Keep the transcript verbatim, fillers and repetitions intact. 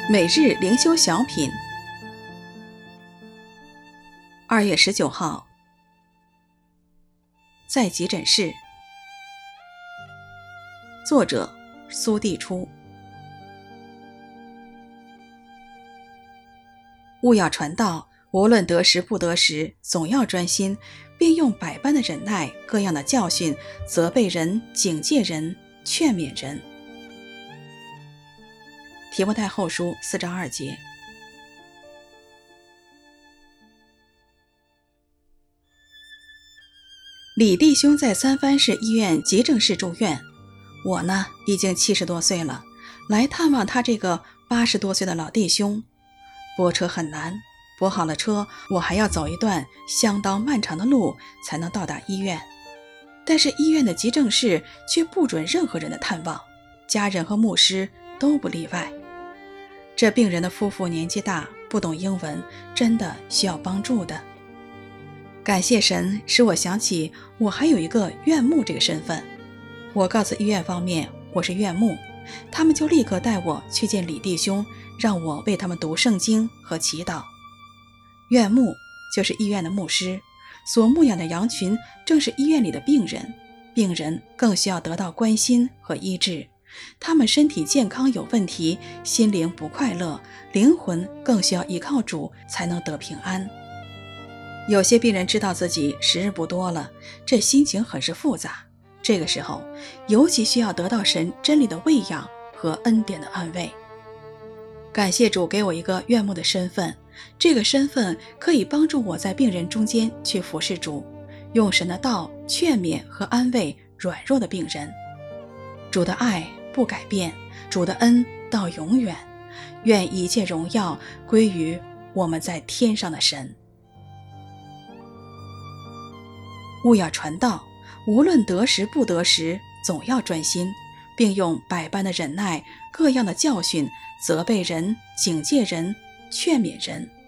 每日灵修小品，二月十九号，在急诊室。作者苏地初。务要传道，无论得时不得时，总要专心，并用百般的忍耐，各样的教训，责备人，警戒人，劝勉人。提摩太后书四章二节。李弟兄在三藩市医院急症室住院，我呢已经七十多岁了，来探望他这个八十多岁的老弟兄。拨车很难，拨好了车，我还要走一段相当漫长的路才能到达医院。但是医院的急症室却不准任何人的探望，家人和牧师都不例外。这病人的夫妇年纪大，不懂英文，真的需要帮助的。感谢神，使我想起我还有一个院牧这个身份。我告诉医院方面我是院牧，他们就立刻带我去见李弟兄，让我为他们读圣经和祈祷。院牧就是医院的牧师，所牧养的羊群正是医院里的病人，病人更需要得到关心和医治。他们身体健康有问题，心灵不快乐，灵魂更需要依靠主才能得平安。有些病人知道自己时日不多了，这心情很是复杂，这个时候尤其需要得到神真理的喂养和恩典的安慰。感谢主给我一个院牧的身份，这个身份可以帮助我在病人中间去服侍主，用神的道劝勉和安慰软弱的病人。主的爱不改变，主的恩到永远，愿一切荣耀归于我们在天上的神。务要传道，无论得时不得时，总要专心，并用百般的忍耐，各样的教训，责备人，警戒人，劝勉人。